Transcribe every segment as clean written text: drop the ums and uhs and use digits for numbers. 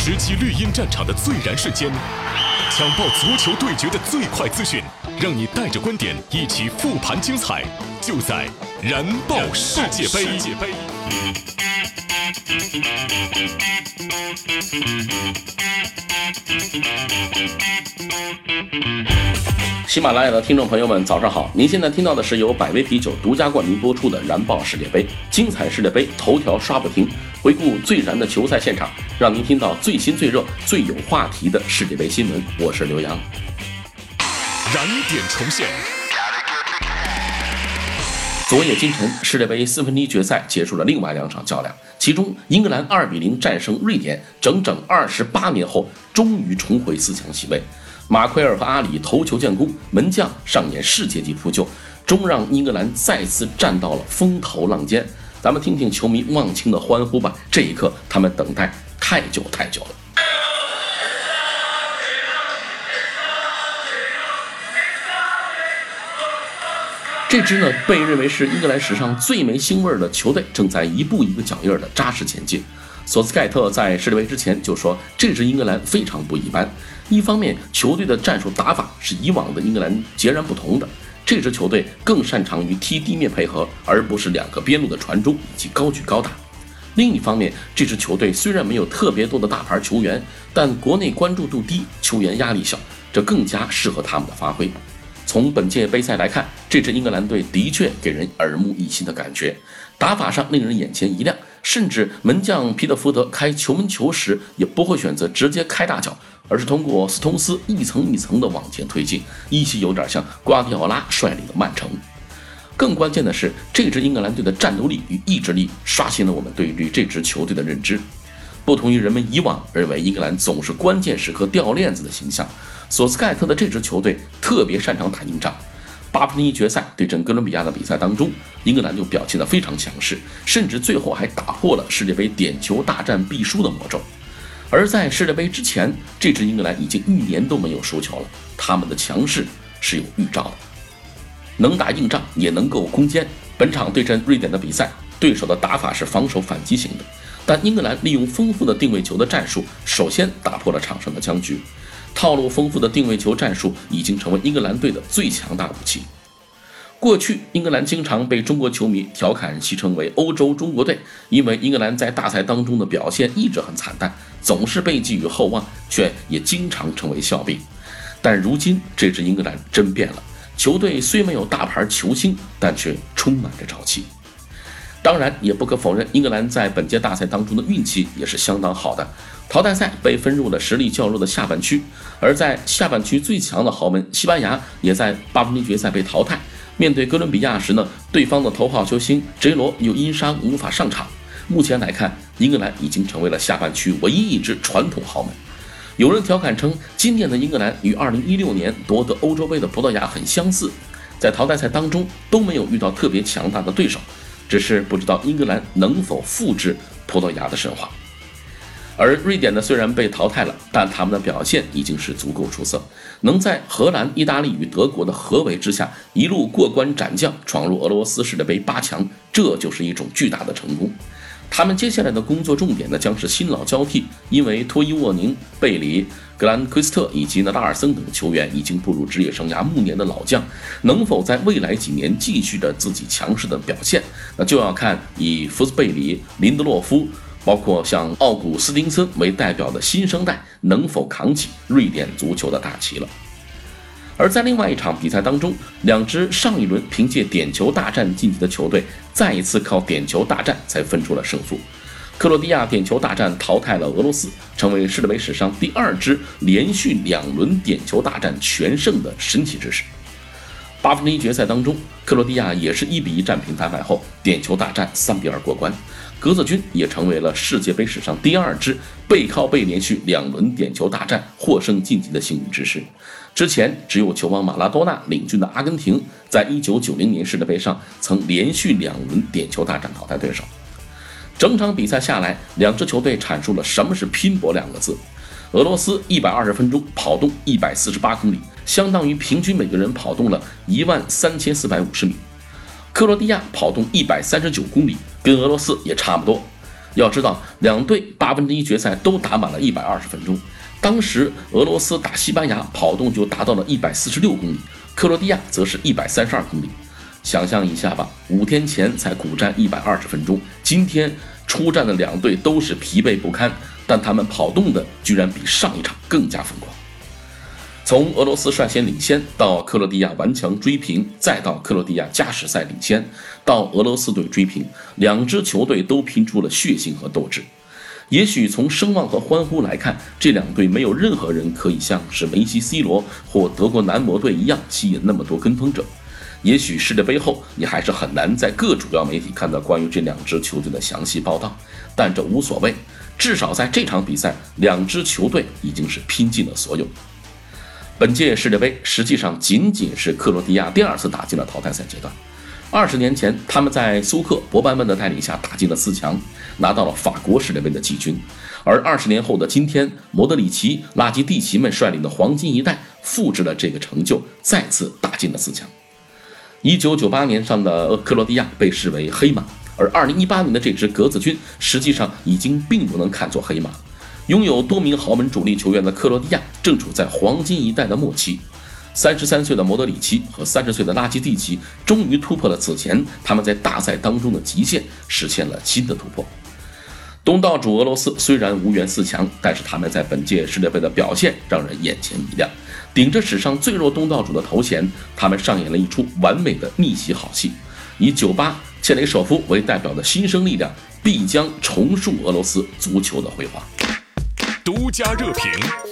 17绿茵战场的最燃瞬间，抢爆足球对决的最快资讯，让你带着观点一起复盘精彩，就在燃爆世界杯。 喜马拉雅的听众朋友们，早上好！您现在听到的是由百威啤酒独家冠名播出的《燃爆世界杯》，精彩世界杯，头条刷不停，回顾最燃的球赛现场，让您听到最新最热、最有话题的世界杯新闻。我是刘洋。 燃点重现。 昨夜今晨，世界杯1/4决赛结束了另外2场较量，其中英格兰2-0战胜瑞典，整整28年后终于重回4强席位。马奎尔和阿里头球建功，门将上演世界级扑救，终让英格兰再次站到了风头浪尖。咱们听听球迷忘情的欢呼吧，这一刻他们等待太久太久了。这支呢被认为是英格兰史上最没腥味的球队，正在一步一个脚印的扎实前进。索斯盖特在世界杯之前就说，这支英格兰非常不一般。一方面，球队的战术打法是以往的英格兰截然不同的，这支球队更擅长于踢地面配合，而不是2个边路的传中以及高举高打。另一方面，这支球队虽然没有特别多的大牌球员，但国内关注度低，球员压力小，这更加适合他们的发挥。从本届杯赛来看，这支英格兰队的确给人耳目一新的感觉，打法上令人眼前一亮，甚至门将皮特福德开球门球时也不会选择直接开大脚，而是通过斯通斯一层一层的往前推进，依稀有点像瓜迪奥拉率领的曼城。更关键的是，这支英格兰队的战斗力与意志力刷新了我们对于这支球队的认知。不同于人们以往认为英格兰总是关键时刻掉链子的形象，索斯盖特的这支球队特别擅长打硬仗。8分之1决赛对阵哥伦比亚的比赛当中，英格兰就表现得非常强势，甚至最后还打破了世界杯点球大战必输的魔咒。而在世界杯之前，这支英格兰已经1年都没有输球了，他们的强势是有预兆的，能打硬仗也能够攻坚。本场对阵瑞典的比赛，对手的打法是防守反击型的，但英格兰利用丰富的定位球的战术，首先打破了场上的僵局。套路丰富的定位球战术已经成为英格兰队的最强大武器。过去英格兰经常被中国球迷调侃戏称为欧洲中国队，因为英格兰在大赛当中的表现一直很惨淡，总是被寄予厚望，却也经常成为笑柄。但如今这支英格兰真变了，球队虽没有大牌球星，但却充满着朝气。当然也不可否认，英格兰在本届大赛当中的运气也是相当好的，淘汰赛被分入了实力较弱的下半区，而在下半区最强的豪门西班牙也在8分之1决赛被淘汰。面对哥伦比亚时呢，对方的头号球星J罗又因伤无法上场。目前来看，英格兰已经成为了下半区唯一一支传统豪门。有人调侃称，今年的英格兰与2016年夺得欧洲杯的葡萄牙很相似，在淘汰赛当中都没有遇到特别强大的对手，只是不知道英格兰能否复制葡萄牙的神话。而瑞典呢，虽然被淘汰了，但他们的表现已经是足够出色，能在荷兰、意大利与德国的合围之下一路过关斩将，闯入俄罗斯世界杯8强，这就是一种巨大的成功。他们接下来的工作重点呢，将是新老交替，因为托伊沃宁、贝里、格兰奎斯特以及拉尔森等球员已经步入职业生涯暮年的老将，能否在未来几年继续着自己强势的表现，那就要看以福斯贝里、林德洛夫包括像奥古斯丁森为代表的新生代能否扛起瑞典足球的大旗了。而在另外一场比赛当中，2支上一轮凭借点球大战晋级的球队再一次靠点球大战才分出了胜负。克罗地亚点球大战淘汰了俄罗斯，成为世界杯史上第2支连续2轮点球大战全胜的神奇之势。8分之1决赛当中，克罗地亚也是1-1战平丹麦后，点球大战3-2过关。格子军也成为了世界杯史上第2支背靠背连续2轮点球大战获胜晋级的幸运之士。之前只有球王马拉多纳领军的阿根廷，在1990年世界杯上曾连续2轮点球大战淘汰对手。整场比赛下来，2支球队阐述了什么是拼搏2个字。俄罗斯120分钟跑动148公里，相当于平均每个人跑动了13450米。克罗地亚跑动139公里，跟俄罗斯也差不多。 要知道，两队1/8决赛都打满了120分钟。当时俄罗斯打西班牙跑动就达到了146公里，克罗地亚则是132公里。想象一下吧，5天前才苦战120分钟，今天出战的两队都是疲惫不堪，但他们跑动的居然比上一场更加疯狂。从俄罗斯率先领先，到克罗地亚顽强追平，再到克罗地亚加时赛领先，到俄罗斯队追平，两支球队都拼出了血性和斗志。也许从声望和欢呼来看，这两队没有任何人可以像是梅西、C 罗或德国男模队一样吸引那么多跟风者。也许世界杯后，你还是很难在各主要媒体看到关于这两支球队的详细报道，但这无所谓，至少在这场比赛，两支球队已经是拼尽了所有。本届世界杯实际上仅仅是克罗地亚第2次打进了淘汰赛阶段。20年前，他们在苏克、博班曼的带领下打进了4强，拿到了法国世界杯的季军。而20年后的今天，莫德里奇、拉基蒂奇们率领的黄金一代复制了这个成就，再次打进了4强。1998年上的克罗地亚被视为黑马，而2018年的这支格子军实际上已经并不能看作黑马。拥有多名豪门主力球员的克罗地亚正处在黄金一代的末期。33岁的莫德里奇和30岁的拉基蒂奇终于突破了此前他们在大赛当中的极限，实现了新的突破。东道主俄罗斯虽然无缘4强，但是他们在本届世界杯的表现让人眼前一亮。顶着史上最弱东道主的头衔，他们上演了一出完美的逆袭好戏。以98切雷舍夫为代表的新生力量必将重塑俄罗斯足球的辉煌。 独家热评，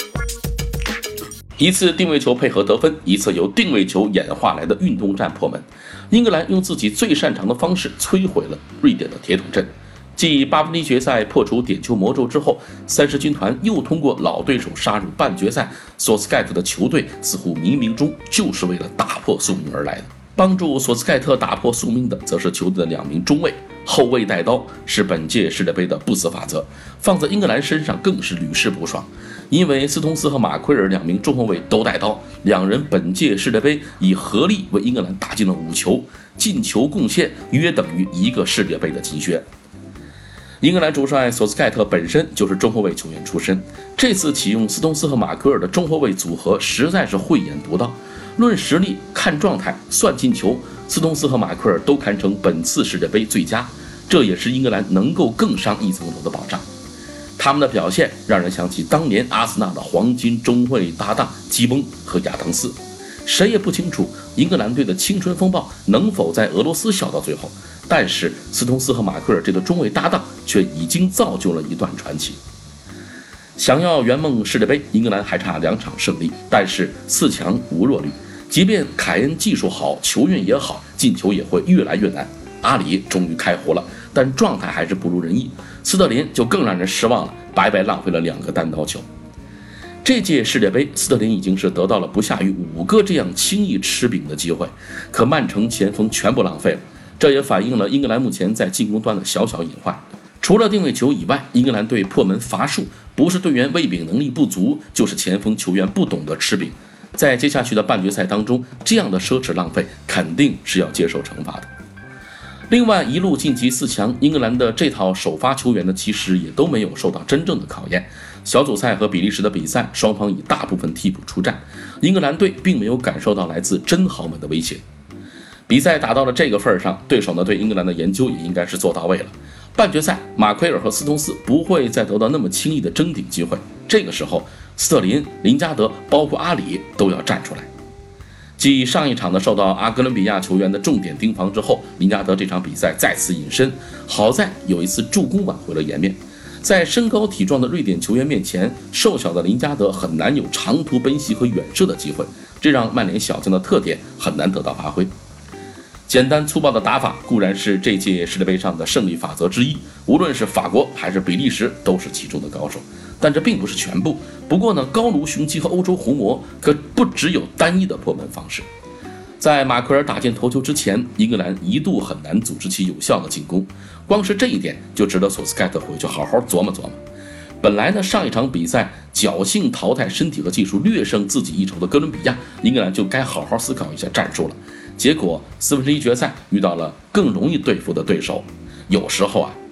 一次定位球配合得分，一次由定位球演化来的运动战破门。英格兰用自己最擅长的方式摧毁了瑞典的铁桶阵。继1/8决赛破除点球魔咒之后，3狮军团又通过老对手杀入半决赛。索斯盖特的球队似乎冥冥中就是为了打破宿命而来的。帮助索斯盖特打破宿命的，则是球队的2名中卫。后卫带刀是本届世界杯的不死法则，放在英格兰身上更是屡试不爽。因为斯通斯和马奎尔2名中后卫都带刀，两人本届世界杯以合力为英格兰打进了5球，进球贡献约等于1个世界杯的金靴。英格兰主帅索斯盖特本身就是中后卫球员出身，这次启用斯通斯和马奎尔的中后卫组合实在是慧眼独到。论实力、看状态、算进球，斯通斯和马奎尔都堪称本次世界杯最佳，这也是英格兰能够更上一层楼的保障。他们的表现让人想起当年阿森纳的黄金中卫搭档基翁和亚当斯。谁也不清楚英格兰队的青春风暴能否在俄罗斯笑到最后，但是斯通斯和马奎尔这个中卫搭档却已经造就了一段传奇。想要圆梦世界杯，英格兰还差2场胜利，但是4强无弱旅。即便凯恩技术好，球运也好，进球也会越来越难。阿里终于开胡了，但状态还是不如人意。斯特林就更让人失望了，白白浪费了2个单刀球。这届世界杯，斯特林已经是得到了不下于5个这样轻易吃饼的机会，可曼城前锋全部浪费了。这也反映了英格兰目前在进攻端的小小隐患。除了定位球以外，英格兰队破门乏术，不是队员喂饼能力不足，就是前锋球员不懂得吃饼。在接下去的半决赛当中，这样的奢侈浪费肯定是要接受惩罚的。另外，一路晋级4强，英格兰的这套首发球员呢，其实也都没有受到真正的考验。小组赛和比利时的比赛，双方以大部分替补出战，英格兰队并没有感受到来自真豪门的威胁。比赛打到了这个份上，对手呢对英格兰的研究也应该是做到位了。半决赛，马奎尔和斯通斯不会再得到那么轻易的争顶机会，这个时候斯特林、林加德包括阿里都要站出来。继上一场呢受到阿哥伦比亚球员的重点盯防之后，林加德这场比赛再次隐身，好在有一次助攻挽回了颜面。在身高体壮的瑞典球员面前，瘦小的林加德很难有长途奔袭和远射的机会，这让曼联小将的特点很难得到发挥。简单粗暴的打法固然是这届世界杯上的胜利法则之一，无论是法国还是比利时都是其中的高手，但这并不是全部。不过呢，高卢雄鸡和欧洲红魔可不只有单一的破门方式。在马奎尔打进头球之前，英格兰一度很难组织起有效的进攻，光是这一点就值得索斯盖特回去好好琢磨琢磨。本来呢，上一场比赛侥幸淘汰身体和技术略胜自己一筹的哥伦比亚，英格兰就该好好思考一下战术了。结果1/4决赛遇到了更容易对付的对手，有时候啊，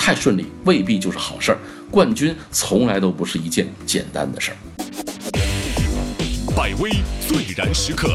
太顺利未必就是好事儿，冠军从来都不是一件简单的事儿。 百威最燃时刻，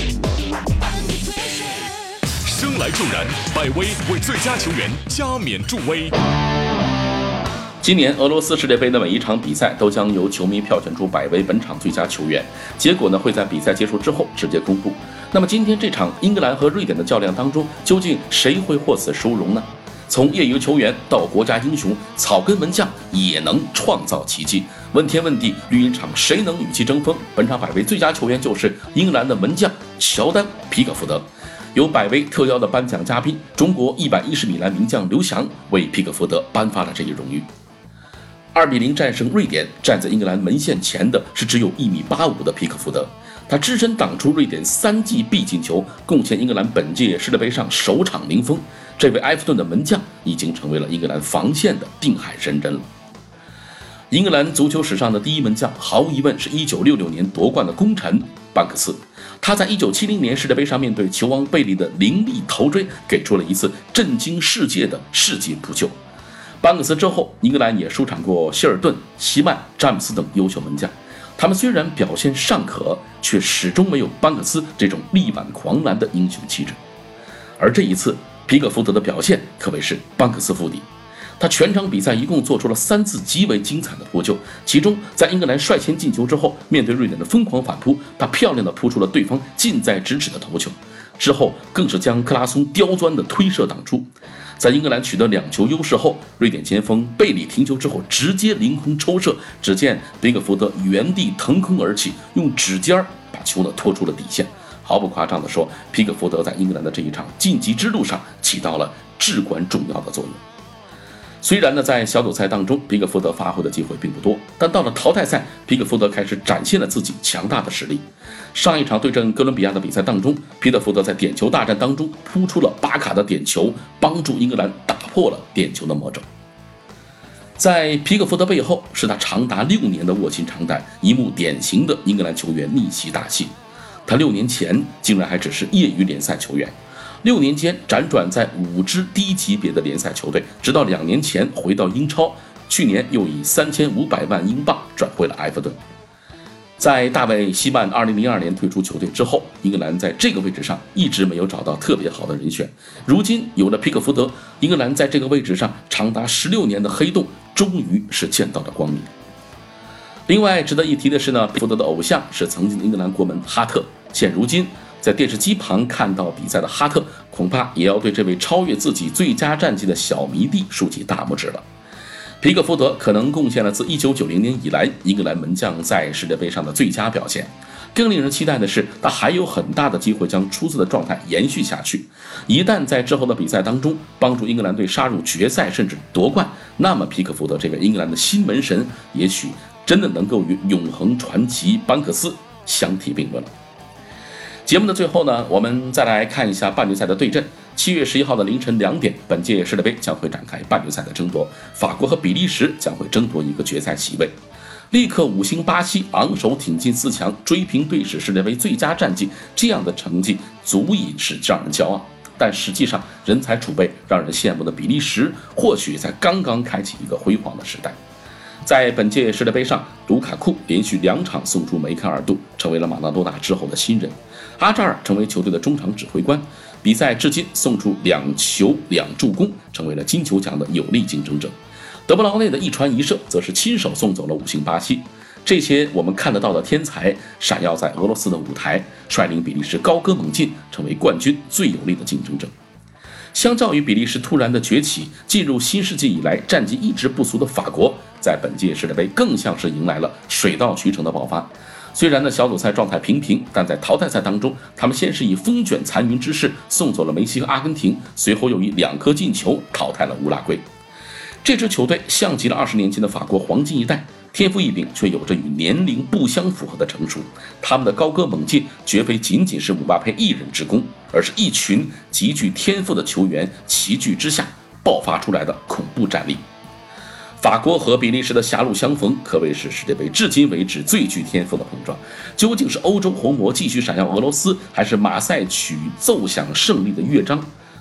生来就燃，百威为最佳球员加冕助威。 今年俄罗斯世界杯的每一场比赛都将由球迷票选出百位本场最佳球员，结果呢会在比赛结束之后直接公布。那么今天这场英格兰和瑞典的较量当中，究竟谁会获此殊荣呢？从业余球员到国家英雄，草根门将也能创造奇迹。问天问地，绿茵场谁能与其争锋？本场百位最佳球员就是英格兰的门将乔丹·皮克福德。由百威特邀的颁奖嘉宾，中国110米栏名将刘翔为皮克福德颁发了这一荣誉。2-0战胜瑞典，站在英格兰门线前的是只有1.85米的皮克福德，他只身挡出瑞典3记必进球，贡献英格兰本届世界杯上首场零封。这位埃弗顿的门将已经成为了英格兰防线的定海神针了。英格兰足球史上的第一门将，毫无疑问是1966年夺冠的功臣班克斯。他在1970年世界杯上面对球王贝利的凌厉头锥，给出了一次震惊世界的世界扑救。班克斯之后，英格兰也出产过希尔顿、希曼、詹姆斯等优秀门将，他们虽然表现尚可，却始终没有班克斯这种力挽狂澜的英雄气质。而这一次，皮克福德的表现可谓是班克斯覆底。他全场比赛一共做出了3次极为精彩的扑救，其中在英格兰率先进球之后，面对瑞典的疯狂反扑，他漂亮地扑出了对方近在咫尺的头球，之后更是将克拉松刁钻的推射挡出。在英格兰取得2球优势后，瑞典前锋贝里停球之后直接凌空抽射，只见皮克福德原地腾空而起，用指尖把球拖出了底线。毫不夸张地说，皮克福德在英格兰的这一场晋级之路上起到了至关重要的作用。虽然呢，在小组赛当中，皮克福德发挥的机会并不多，但到了淘汰赛，皮克福德开始展现了自己强大的实力。上一场对阵哥伦比亚的比赛当中，皮克福德在点球大战当中扑出了巴卡的点球，帮助英格兰打破了点球的魔咒。在皮克福德背后，是他长达6年的卧薪尝胆，一幕典型的英格兰球员逆袭大戏。他6年前竟然还只是业余联赛球员，6年间辗转在5支低级别的联赛球队，直到2年前回到英超，去年又以3500万英镑转会了埃弗顿。在大卫·希曼2002年退出球队之后，英格兰在这个位置上一直没有找到特别好的人选。如今有了皮克福德，英格兰在这个位置上长达16年的黑洞终于是见到了光明。另外值得一提的是呢，皮克福德的偶像是曾经的英格兰国门哈特，现如今在电视机旁看到比赛的哈特，恐怕也要对这位超越自己最佳战绩的小迷弟竖起大拇指了。皮克福德可能贡献了自1990年以来英格兰门将在世界杯上的最佳表现，更令人期待的是，他还有很大的机会将出色的状态延续下去。一旦在之后的比赛当中帮助英格兰队杀入决赛甚至夺冠，那么皮克福德这位英格兰的新门神，也许真的能够与永恒传奇班克斯相提并论了。节目的最后呢，我们再来看一下半决赛的对阵。7月11号的凌晨2点，本届世界杯将会展开半决赛的争夺，法国和比利时将会争夺一个决赛席位。力克5星巴西昂首挺进4强，追平队史世界杯最佳战绩，这样的成绩足以是让人骄傲。但实际上，人才储备让人羡慕的比利时，或许才刚刚开启一个辉煌的时代。在本届世界杯上，卢卡库连续2场送出梅开二度，成为了马拉多纳之后的新人。阿扎尔成为球队的中场指挥官，比赛至今送出2球2助攻，成为了金球奖的有力竞争者。德布劳内的一传一射则是亲手送走了5星巴西。这些我们看得到的天才闪耀在俄罗斯的舞台，率领比利时高歌猛进，成为冠军最有力的竞争者。相较于比利时突然的崛起，进入新世纪以来战绩一直不俗的法国，在本届世界杯更像是迎来了水到渠成的爆发。虽然呢小组赛状态平平，但在淘汰赛当中，他们先是以风卷残云之势送走了梅西和阿根廷，随后又以2颗进球淘汰了乌拉圭。这支球队像极了20年前的法国黄金一代，天赋异禀，却有着与年龄不相符合的成熟。他们的高歌猛进绝非仅仅是姆巴佩一人之功，而是一群极具天赋的球员齐聚之下爆发出来的恐怖战力。法国和比利时的狭路相逢，可谓是世界杯至今为止最具天赋的碰撞。究竟是欧洲红魔继续闪耀俄罗斯，还是马赛曲奏响胜利的乐章？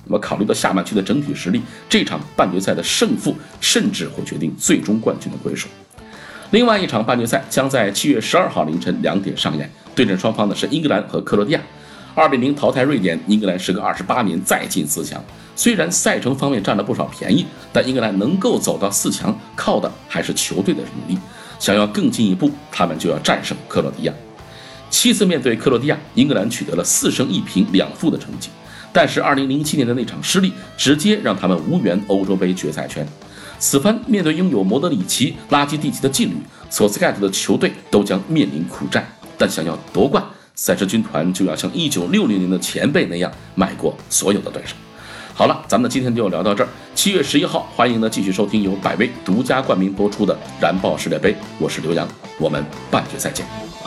那么考虑到下半区的整体实力，这场半决赛的胜负甚至会决定最终冠军的归属。另外一场半决赛将在7月12号凌晨2点上演，对阵双方的是英格兰和克罗地亚。2-0淘汰瑞典，英格兰时隔28年再进4强。虽然赛程方面占了不少便宜，但英格兰能够走到4强，靠的还是球队的努力。想要更进一步，他们就要战胜克罗地亚。7次面对克罗地亚，英格兰取得了4胜1平2负的成绩，但是2007年的那场失利，直接让他们无缘欧洲杯决赛圈。此番面对拥有莫德里奇、拉基蒂奇的劲旅，索斯盖特的球队都将面临苦战。但想要夺冠，赛车军团就要像1960年的前辈那样迈过所有的对手。好了，咱们今天就聊到这儿。7月11号，欢迎呢继续收听由百威独家冠名播出的燃爆世界杯，我是刘洋，我们半决赛见。